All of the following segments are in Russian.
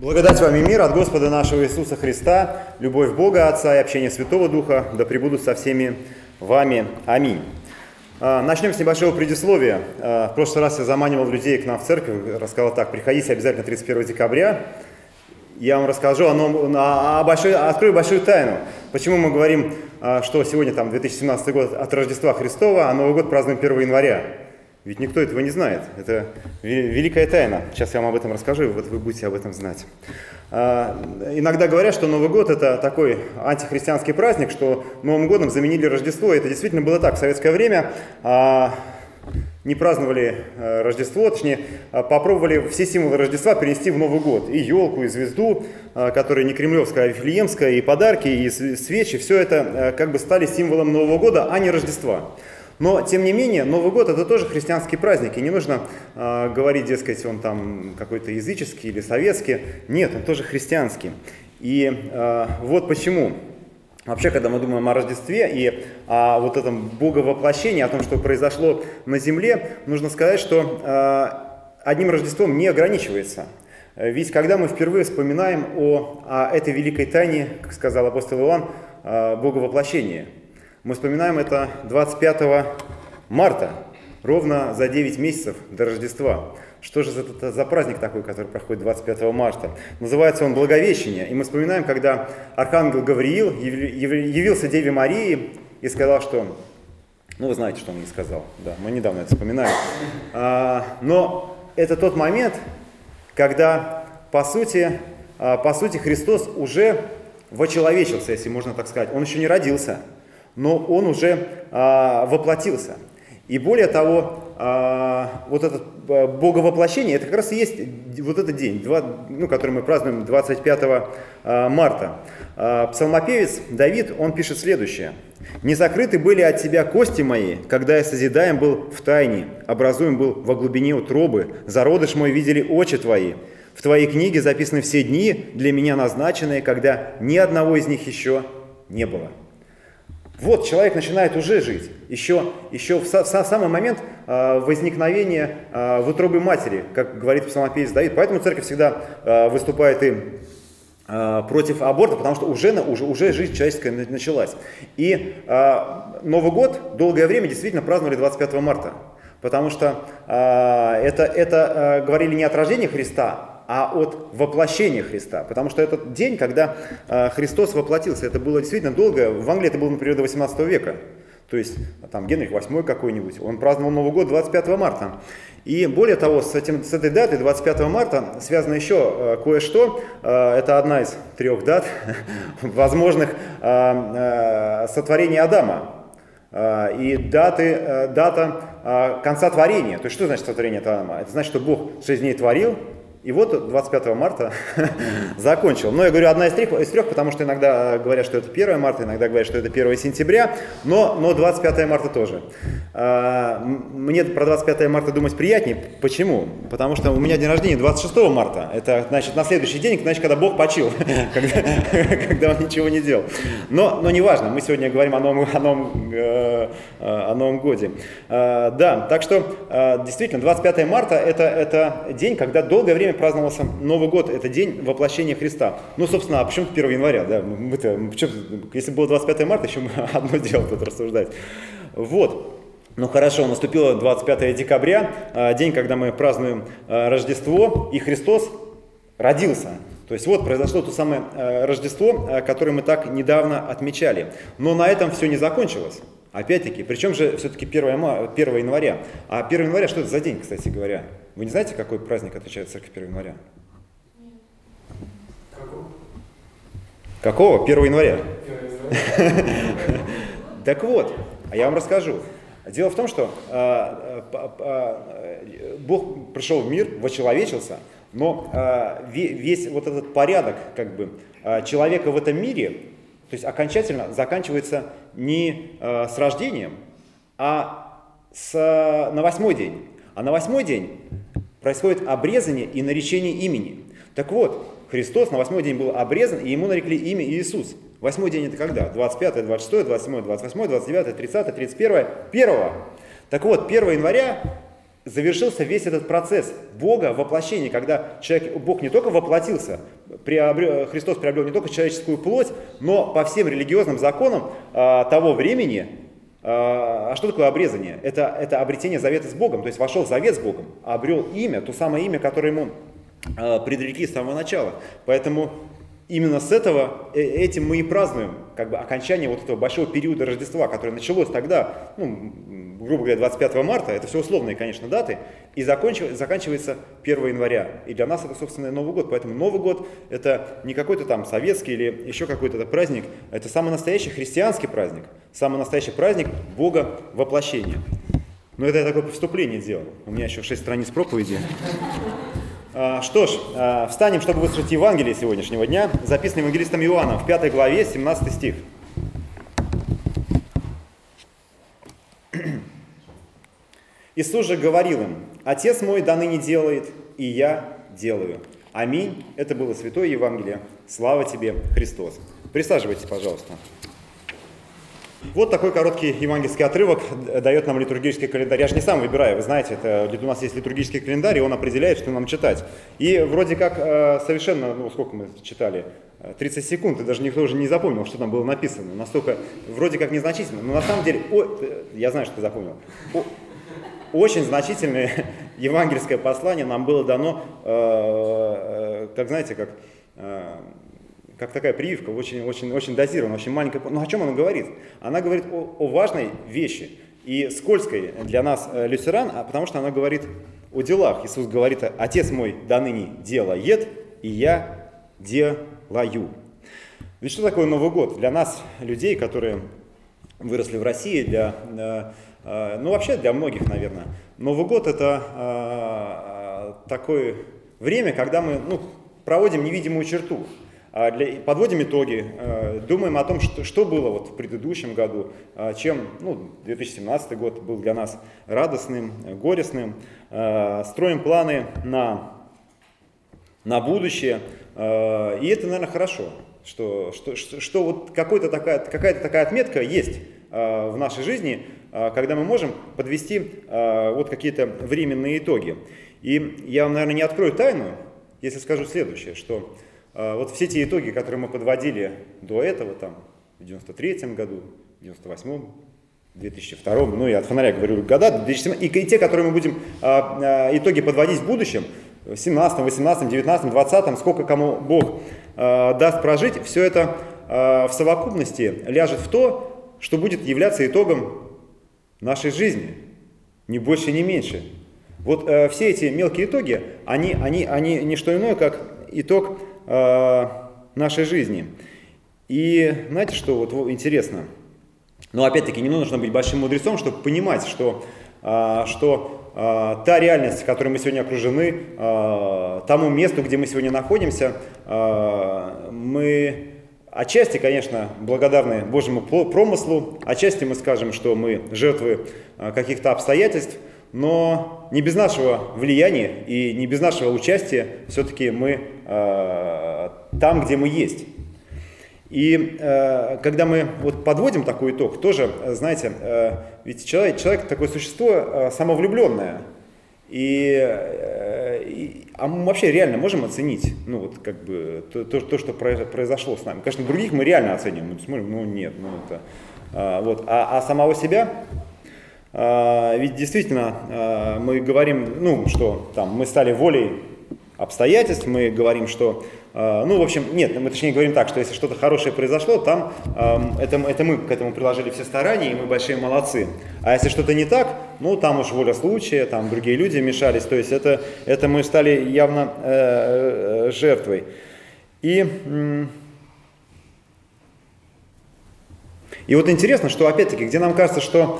Благодать вам и мир от Господа нашего Иисуса Христа, любовь Бога Отца и общение Святого Духа да пребудут со всеми вами. Аминь. Начнем с небольшого предисловия. В прошлый раз я заманивал людей к нам в церковь, рассказал так: приходите обязательно 31 декабря. Я вам расскажу открою большую тайну. Почему мы говорим, что сегодня 2017 год от Рождества Христова, а Новый год празднуем 1 января? Ведь никто этого не знает. Это великая тайна. Сейчас я вам об этом расскажу, и вот вы будете об этом знать. Иногда говорят, что Новый год – это такой антихристианский праздник, что Новым годом заменили Рождество. Это действительно было так. В советское время не праздновали Рождество, точнее, попробовали все символы Рождества перенести в Новый год. И елку, и звезду, которая не кремлевская, а вифлеемская, и подарки, и свечи. Все это как бы стали символом Нового года, а не Рождества. Но, тем не менее, Новый год – это тоже христианский праздник, и не нужно говорить, дескать, он там какой-то языческий или советский. Нет, он тоже христианский. И вот почему. Вообще, когда мы думаем о Рождестве и о вот этом боговоплощении, о том, что произошло на земле, нужно сказать, что одним Рождеством не ограничивается. Ведь когда мы впервые вспоминаем о этой великой тайне, как сказал апостол Иоанн, боговоплощения, мы вспоминаем это 25 марта, ровно за 9 месяцев до Рождества. Что же это за праздник такой, который проходит 25 марта? Называется он Благовещение. И мы вспоминаем, когда архангел Гавриил явился Деве Марии и сказал, что... Ну, вы знаете, что он ей сказал. Да, мы недавно это вспоминаем. Но это тот момент, когда, по сути, Христос уже вочеловечился, если можно так сказать. Он еще не родился, но он уже воплотился. И более того, вот это боговоплощение, это как раз и есть вот этот день, который мы празднуем 25 марта. Псалмопевец Давид, он пишет следующее. «Не закрыты были от тебя кости мои, когда я созидаем был в тайне, образуем был во глубине утробы, зародыш мой видели очи твои. В твоей книге записаны все дни, для меня назначенные, когда ни одного из них еще не было». Вот, человек начинает уже жить, еще в самый момент возникновения в утробе матери, как говорит псалмопевец Давид. Поэтому церковь всегда выступает и против аборта, потому что уже жизнь человеческая началась. И Новый год долгое время действительно праздновали 25 марта, потому что это говорили не от рождения Христа, а от воплощения Христа. Потому что этот день, когда Христос воплотился, это было действительно долго. В Англии это было, например, до 18 века. То есть там Генрих VIII какой-нибудь, он праздновал Новый год 25 марта. И более того, с этой датой, 25 марта, связано еще кое-что. Это одна из 3 дат возможных сотворения Адама. И дата конца творения. То есть что значит сотворение Адама? Это значит, что Бог 6 дней творил, и вот 25 марта закончил. Но я говорю одна из трех, потому что иногда говорят, что это 1 марта, иногда говорят, что это 1 сентября, но 25 марта тоже. Мне про 25 марта думать приятнее. Почему? Потому что у меня день рождения 26 марта. Это значит на следующий день, значит, когда Бог почил, когда он ничего не делал. Но не важно, мы сегодня говорим о Новом годе. Да, так что действительно 25 марта это день, когда долгое время праздновался Новый год, это день воплощения Христа. Ну, собственно, а почему 1 января? Да? Если было 25 марта, еще одно дело тут рассуждать. Вот. Ну хорошо, наступило 25 декабря, день, когда мы празднуем Рождество, и Христос родился. То есть вот произошло то самое Рождество, которое мы так недавно отмечали. Но на этом все не закончилось. Опять-таки, причем же все-таки 1 января. А 1 января что это за день, кстати говоря? Вы не знаете, какой праздник отмечает церковь 1 января? Какого? 1 января. Так вот, а я вам расскажу. Дело в том, что Бог пришел в мир, вочеловечился, но весь вот этот порядок человека в этом мире, то есть окончательно заканчивается не с рождением, а на 8-й день. А на 8-й день происходит обрезание и наречение имени. Так вот, Христос на 8-й день был обрезан, и ему нарекли имя Иисус. 8-й день это когда? 25, 26, 27, 28, 29, 30, 31, 1. Так вот, 1 января завершился весь этот процесс Бога воплощения, когда Бог не только воплотился, Христос приобрел не только человеческую плоть, но по всем религиозным законам того времени. А что такое обрезание? Это обретение завета с Богом, то есть вошел в завет с Богом, обрел имя, то самое имя, которое ему предрекли с самого начала. Поэтому именно с этого, этим мы и празднуем как бы окончание вот этого большого периода Рождества, которое началось тогда, грубо говоря, 25 марта, это все условные, конечно, даты, и заканчивается 1 января. И для нас это, собственно, Новый год. Поэтому Новый год – это не какой-то там советский или еще какой-то праздник, это самый настоящий христианский праздник, самый настоящий праздник Бога воплощения. Но это я такое вступление делал. У меня еще 6 страниц проповеди. Что ж, встанем, чтобы выслушать Евангелие сегодняшнего дня, записанное евангелистом Иоанном в 5 главе, 17 стих. Иисус же говорил им: «Отец мой до ныне делает, и я делаю». Аминь. Это было Святое Евангелие. Слава тебе, Христос. Присаживайтесь, пожалуйста. Вот такой короткий евангельский отрывок дает нам литургический календарь. Я же не сам выбираю, вы знаете, у нас есть литургический календарь, и он определяет, что нам читать. И вроде как совершенно, сколько мы читали, 30 секунд, и даже никто уже не запомнил, что там было написано. Настолько, вроде как незначительно, но на самом деле, я знаю, что ты запомнил. Очень значительное евангельское послание нам было дано, как знаете, как такая прививка, очень дозирована, очень маленькая. Но о чем она говорит? Она говорит о важной вещи и скользкой для нас лютеран, потому что она говорит о делах. Иисус говорит: «Отец мой до ныне делает, и я делаю». Ведь что такое Новый год? Для нас, людей, которые выросли в России, вообще для многих, наверное, Новый год – это такое время, когда мы проводим невидимую черту. Подводим итоги, думаем о том, что было в предыдущем году, чем 2017 год был для нас радостным, горестным, строим планы на будущее, и это, наверное, хорошо, что вот какая-то такая отметка есть в нашей жизни, когда мы можем подвести какие-то временные итоги. И я вам, наверное, не открою тайну, если скажу следующее, что все те итоги, которые мы подводили до этого, в 93-м году, в 98-м, 2002-м, я от фонаря говорю года, 2017, и те, которые мы будем итоги подводить в будущем, в 17-м, 18-м, 19-м, 20-м, сколько кому Бог даст прожить, все это в совокупности ляжет в то, что будет являться итогом нашей жизни, ни больше, ни меньше. Все эти мелкие итоги, они не что иное, как итог нашей жизни. И знаете, что интересно? Но опять-таки не нужно быть большим мудрецом, чтобы понимать, что та реальность, в которой мы сегодня окружены, тому месту, где мы сегодня находимся, мы отчасти, конечно, благодарны Божьему промыслу, отчасти мы скажем, что мы жертвы каких-то обстоятельств, но не без нашего влияния и не без нашего участия все-таки мы там, где мы есть. И когда мы подводим такой итог, тоже, знаете, ведь человек такое существо самовлюбленное. А мы вообще реально можем оценить то, что произошло с нами. Конечно, других мы реально оценим, мы смотрим, нет, а самого себя... Ведь действительно мы говорим, что мы стали волей обстоятельств, мы говорим, что, нет, мы точнее говорим так, что если что-то хорошее произошло, там это мы к этому приложили все старания, и мы большие молодцы. А если что-то не так, там уж воля случая, там другие люди вмешались, то есть это мы стали явно жертвой. И интересно, что опять-таки, где нам кажется, что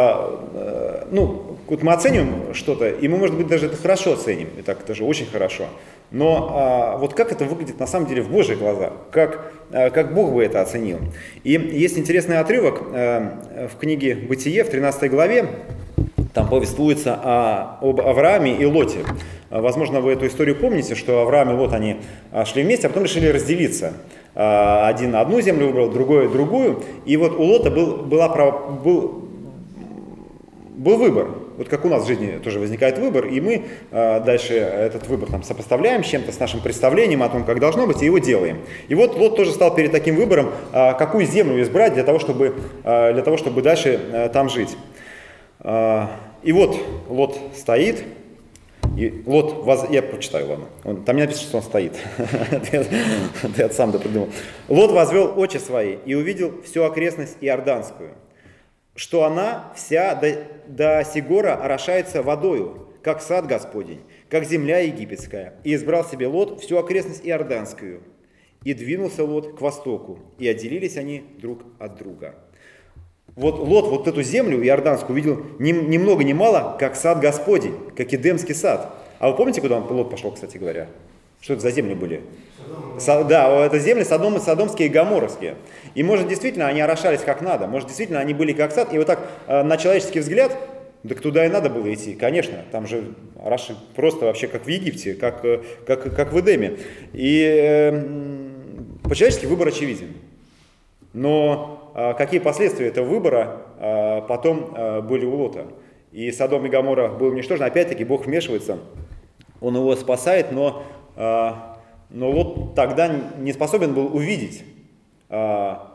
мы оцениваем что-то, и мы, может быть, даже это хорошо оценим, и так даже очень хорошо, но как это выглядит на самом деле в Божьих глазах, как Бог бы это оценил. И есть интересный отрывок в книге «Бытие» в 13 главе, там повествуется об Аврааме и Лоте. Возможно, вы эту историю помните, что Авраам и Лот, они шли вместе, а потом решили разделиться. Один одну землю выбрал, другой другую. И у Лота был выбор. вот как у нас в жизни тоже возникает выбор, и мы дальше этот выбор там сопоставляем с чем-то, с нашим представлением о том, как должно быть, и его делаем. И вот Лот тоже стал перед таким выбором, какую землю избрать для того, чтобы дальше там жить. И вот Лот стоит, и Лот, я прочитаю, ладно, там не написано, что он стоит, я сам допридумал. Лот возвел очи свои и увидел всю окрестность Иорданскую, что она вся до Сигора орошается водою, как сад Господень, как земля египетская, и избрал себе Лот всю окрестность Иорданскую. И двинулся Лот к востоку, и отделились они друг от друга. Вот Лот вот эту землю иорданскую увидел ни много ни мало, как сад Господень, как Эдемский сад. А вы помните, куда Лот пошел, кстати говоря? Что это за земли были? Да, это земли содомские и гоморровские. И может действительно они орошались как надо, может действительно они были как сад. И вот так на человеческий взгляд, так туда и надо было идти, конечно. Там же ороши просто вообще как в Египте, как в Эдеме. И по-человечески выбор очевиден. Но какие последствия этого выбора потом были у Лота? И Содом и Гоморра был уничтожен. Опять-таки Бог вмешивается, Он его спасает, но Лот тогда не способен был увидеть то,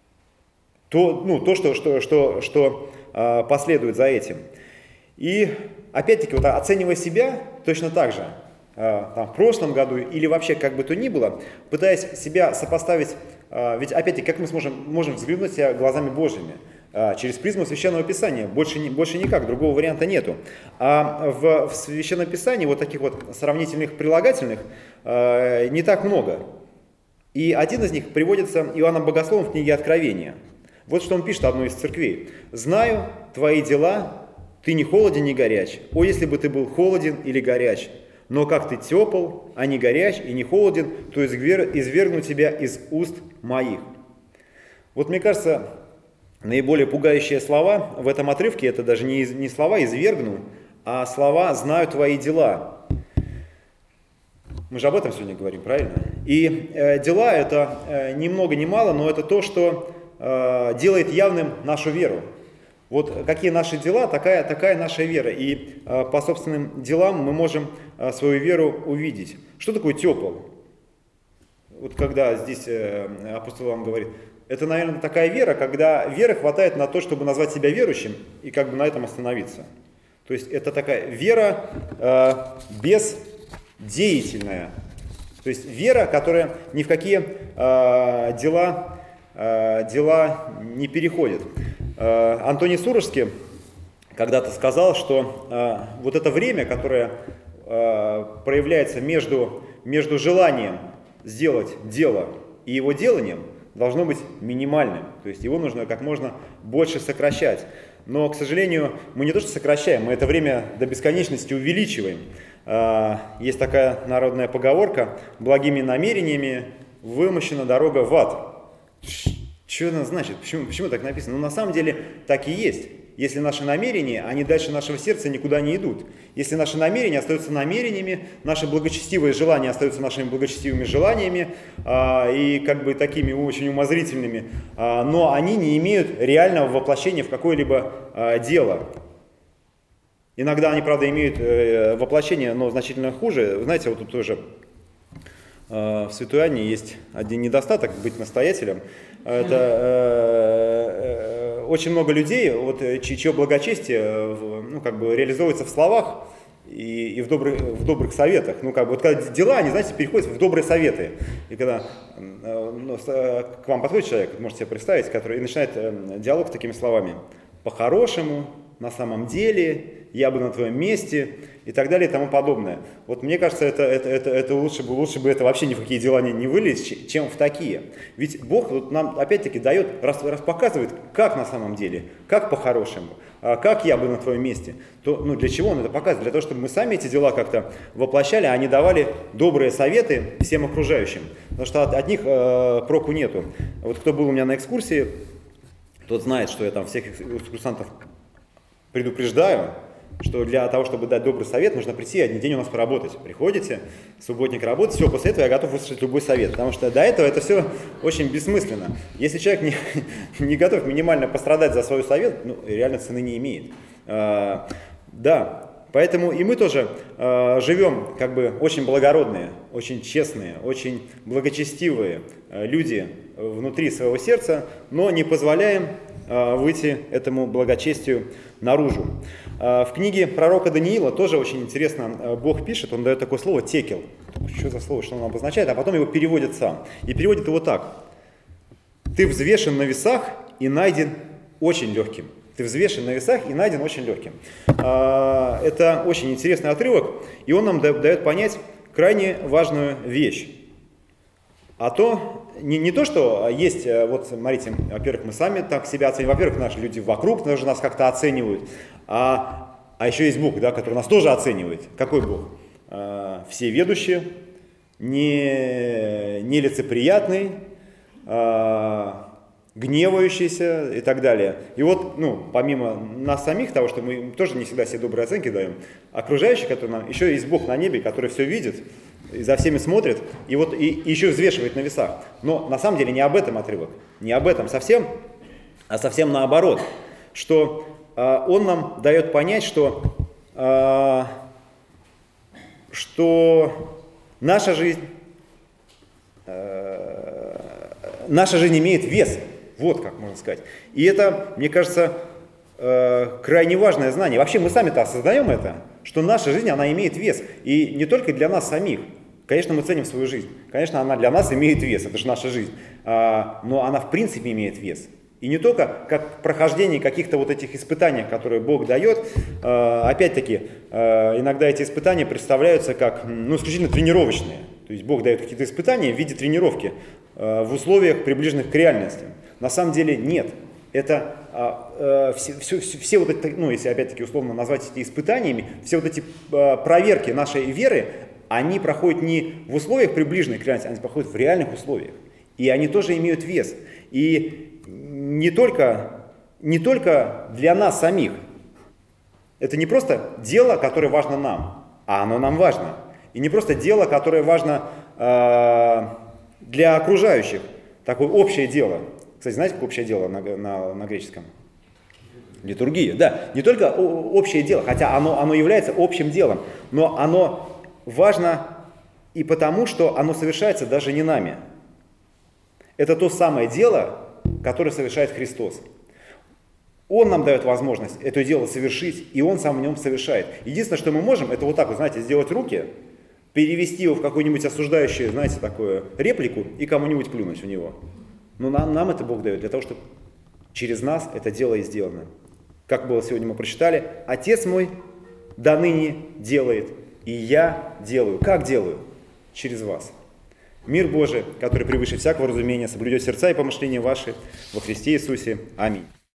что последует за этим. И опять-таки, вот, оценивая себя точно так же, в прошлом году или вообще как бы то ни было, пытаясь себя сопоставить, ведь опять-таки, как мы можем взглянуть на себя глазами Божьими? Через призму Священного Писания, больше никак, другого варианта нету. А в Священном Писании вот таких вот сравнительных прилагательных не так много. И один из них приводится Иоанном Богословом в книге Откровения. Вот что он пишет одной из церквей. «Знаю твои дела, ты не холоден, не горяч. О, если бы ты был холоден или горяч. Но как ты тепл, а не горяч и не холоден, то извергну тебя из уст моих». Вот мне кажется, наиболее пугающие слова в этом отрывке, это даже не слова «извергну», а слова «знаю твои дела». Мы же об этом сегодня говорим, правильно? И дела – это ни много ни мало, но это то, что делает явным нашу веру. Вот какие наши дела, такая наша вера. И по собственным делам мы можем свою веру увидеть. Что такое тепл? Вот когда здесь апостол вам говорит, это, наверное, такая вера, когда веры хватает на то, чтобы назвать себя верующим и как бы на этом остановиться. То есть это такая вера бездеятельная. То есть вера, которая ни в какие дела не переходит. Антоний Сурожский когда-то сказал, что вот это время, которое проявляется между желанием сделать дело и его деланием, должно быть минимальным. То есть его нужно как можно больше сокращать. Но, к сожалению, мы не то что сокращаем, мы это время до бесконечности увеличиваем. Есть такая народная поговорка: «Благими намерениями вымощена дорога в ад». Что это значит? Почему так написано? Ну, на самом деле, так и есть. Если наши намерения, они дальше нашего сердца никуда не идут. Если наши намерения остаются намерениями, наши благочестивые желания остаются нашими благочестивыми желаниями и как бы такими очень умозрительными, но они не имеют реального воплощения в какое-либо дело. Иногда они, правда, имеют воплощение, но значительно хуже. Знаете, вот тут тоже в Святой Анне есть один недостаток – быть настоятелем. Это очень много людей, вот, чье благочестие реализуется в словах и в добрых советах. Ну, как бы, вот, когда дела, они, знаете, переходят в добрые советы. И когда к вам подходит человек, можете себе представить, который и начинает диалог с такими словами: «По-хорошему, на самом деле, я бы на твоем месте», и так далее и тому подобное. Вот мне кажется, это лучше бы это вообще ни в какие дела не вылезть, чем в такие. Ведь Бог вот нам опять-таки дает, раз показывает, как на самом деле, как по-хорошему, как я бы на твоем месте. То, для чего Он это показывает? Для того, чтобы мы сами эти дела как-то воплощали, а не давали добрые советы всем окружающим. Потому что от них проку нету. Вот кто был у меня на экскурсии, тот знает, что я там всех экскурсантов предупреждаю, что для того, чтобы дать добрый совет, нужно прийти один день у нас поработать. Приходите, субботник работать, все, после этого я готов выслушать любой совет. Потому что до этого это все очень бессмысленно. Если человек не готов минимально пострадать за свой совет, реально цены не имеет. Да, поэтому и мы тоже живем как бы очень благородные, очень честные, очень благочестивые люди внутри своего сердца, но не позволяем выйти этому благочестию наружу. В книге пророка Даниила тоже очень интересно Бог пишет, он дает такое слово «текел». Что за слово, что он обозначает, а потом его переводит сам. И переводит его так. «Ты взвешен на весах и найден очень легким». Ты взвешен на весах и найден очень легким. Это очень интересный отрывок, и он нам дает понять крайне важную вещь. А то, не то, что есть, вот смотрите, во-первых, мы сами так себя оцениваем, во-первых, наши люди вокруг тоже нас как-то оценивают, а еще есть Бог, да, который нас тоже оценивает. Какой Бог? Всеведущий, нелицеприятный, гневающийся и так далее. И вот, помимо нас самих, того, что мы тоже не всегда себе добрые оценки даем, окружающие, которые нам, еще есть Бог на небе, который все видит, и за всеми смотрит, и вот и еще взвешивает на весах. Но на самом деле не об этом отрывок, не об этом совсем, а совсем наоборот, что он нам дает понять, что наша жизнь имеет вес. Вот как можно сказать. И это, мне кажется, крайне важное знание. Вообще мы сами-то осознаем это, что наша жизнь, она имеет вес. И не только для нас самих. Конечно, мы ценим свою жизнь. Конечно, она для нас имеет вес, это же наша жизнь. Но она в принципе имеет вес. И не только как прохождение каких-то вот этих испытаний, которые Бог дает. Опять-таки, иногда эти испытания представляются как исключительно тренировочные. То есть Бог дает какие-то испытания в виде тренировки в условиях, приближенных к реальности. На самом деле нет. Это все вот это, если опять-таки условно назвать эти испытаниями, все вот эти проверки нашей веры, они проходят не в условиях, приближенных к реальности, они проходят в реальных условиях. И они тоже имеют вес. И не только для нас самих. Это не просто дело, которое важно нам, а оно нам важно. И не просто дело, которое важно для окружающих. Такое общее дело. Кстати, знаете, какое общее дело на греческом? Литургия, да. Не только общее дело, хотя оно является общим делом, но оно важно и потому, что оно совершается даже не нами. Это то самое дело, которое совершает Христос. Он нам дает возможность это дело совершить, и Он сам в нем совершает. Единственное, что мы можем, это вот так вот, знаете, сделать руки, перевести его в какую-нибудь осуждающую, знаете, такую реплику и кому-нибудь плюнуть в него. Но нам это Бог дает для того, чтобы через нас это дело и сделано. Как было сегодня мы прочитали, Отец мой до ныне делает, и я делаю. Как делаю? Через вас. Мир Божий, который превыше всякого разумения, соблюдет сердца и помышления ваши во Христе Иисусе. Аминь.